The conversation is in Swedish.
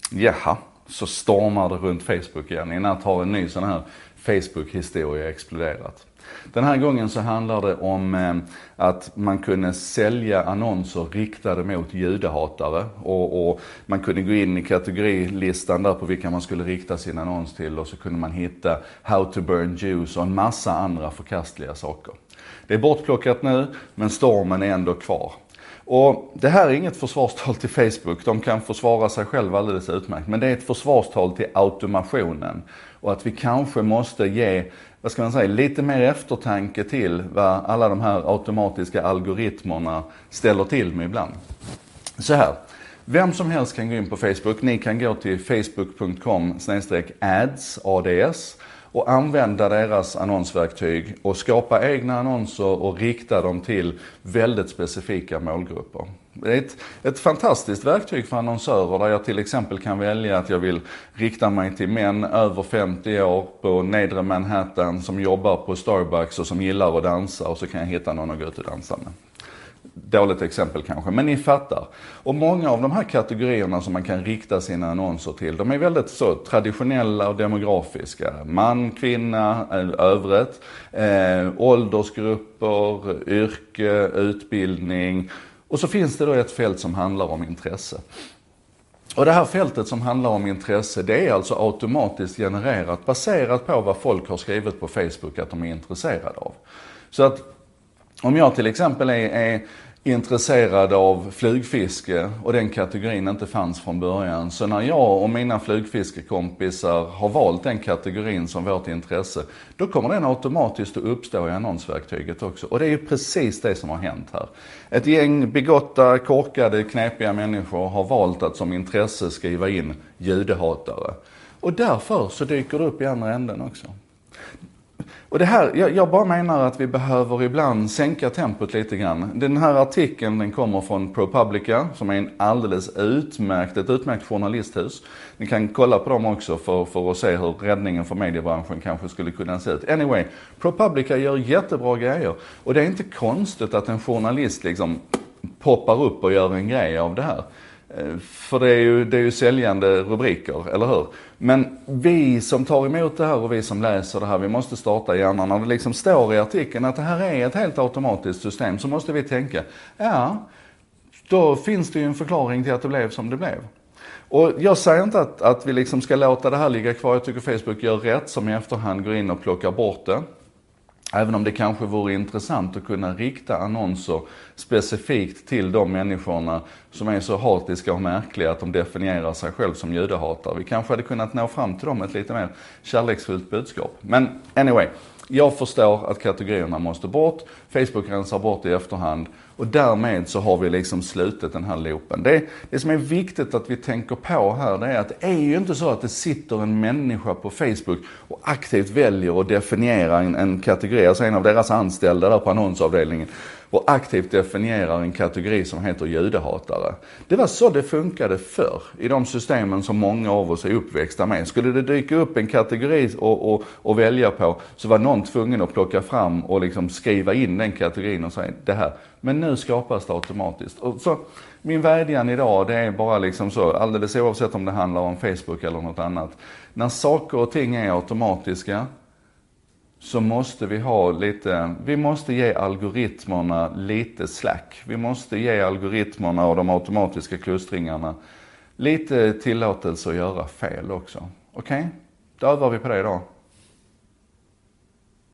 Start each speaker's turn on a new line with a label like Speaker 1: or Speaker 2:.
Speaker 1: Jaha, så stormar det runt Facebook igen. I natt har en ny sån här Facebook-historia exploderat. Den här gången så handlar det om att man kunde sälja annonser riktade mot judehatare. Och man kunde gå in i kategorilistan där på vilka man skulle rikta sin annons till. Och så kunde man hitta How to burn Jews och en massa andra förkastliga saker. Det är bortplockat nu, men stormen är ändå kvar. Och det här är inget försvarstal till Facebook, de kan försvara sig själva alldeles utmärkt. Men det är ett försvarstal till automationen. Och att vi kanske måste ge, lite mer eftertanke till vad alla de här automatiska algoritmerna ställer till med ibland. Så här, vem som helst kan gå in på Facebook. Ni kan gå till facebook.com/ads och använda deras annonsverktyg och skapa egna annonser och rikta dem till väldigt specifika målgrupper. Det är ett fantastiskt verktyg för annonsörer där jag till exempel kan välja att jag vill rikta mig till män över 50 år på nedre Manhattan som jobbar på Starbucks och som gillar att dansa, och så kan jag hitta någon att gå ut och dansa med. Dåligt exempel kanske, men ni fattar. Och många av de här kategorierna som man kan rikta sina annonser till, de är väldigt så traditionella och demografiska. Man, kvinna, övrigt, åldersgrupper, yrke, utbildning. Och så finns det då ett fält som handlar om intresse. Och det här fältet som handlar om intresse, det är alltså automatiskt genererat baserat på vad folk har skrivit på Facebook att de är intresserade av. Så att om jag till exempel är intresserad av flugfiske och den kategorin inte fanns från början, så när jag och mina flugfiskekompisar har valt den kategorin som vårt intresse, då kommer den automatiskt att uppstå i annonsverktyget också. Och det är ju precis det som har hänt här. Ett gäng bigotta, korkade, knepiga människor har valt att som intresse skriva in judehatare. Och därför så dyker det upp i andra änden också. Och det här, jag bara menar att vi behöver ibland sänka tempot lite grann. Den här artikeln den kommer från ProPublica som är ett utmärkt journalisthus. Ni kan kolla på dem också för att se hur räddningen för mediebranschen kanske skulle kunna se ut. Anyway, ProPublica gör jättebra grejer. Och det är inte konstigt att en journalist liksom poppar upp och gör en grej av det här. För det är ju säljande rubriker, eller hur? Men vi som tar emot det här och vi som läser det här, vi måste starta hjärnan. När det liksom står i artikeln att det här är ett helt automatiskt system, så måste vi tänka, ja, då finns det ju en förklaring till att det blev som det blev. Och jag säger inte att vi liksom ska låta det här ligga kvar. Jag tycker Facebook gör rätt som i efterhand går in och plockar bort det. Även om det kanske vore intressant att kunna rikta annonser specifikt till de människorna som är så hatiska och märkliga att de definierar sig själv som judehatare. Vi kanske hade kunnat nå fram till dem ett lite mer kärleksfullt budskap. Men anyway, jag förstår att kategorierna måste bort. Facebook rensar bort i efterhand. Och därmed så har vi liksom slutet den här loopen. Det som är viktigt att vi tänker på här, det är att det är ju inte så att det sitter en människa på Facebook och aktivt väljer att definiera en kategori, alltså en av deras anställda där på annonsavdelningen, och aktivt definierar en kategori som heter judehatare. Det var så det funkade förr i de systemen som många av oss är uppväxta med. Skulle det dyka upp en kategori och välja på, så var någon tvungen att plocka fram och liksom skriva in den kategorin och säga det här. Men nu skapas det automatiskt. Och så min vädjan idag, det är bara liksom så, alldeles oavsett om det handlar om Facebook eller något annat. När saker och ting är automatiska, så måste vi måste ge algoritmerna lite slack. Vi måste ge algoritmerna och de automatiska klustringarna lite tillåtelse att göra fel också. Okej? Då övar vi på det idag.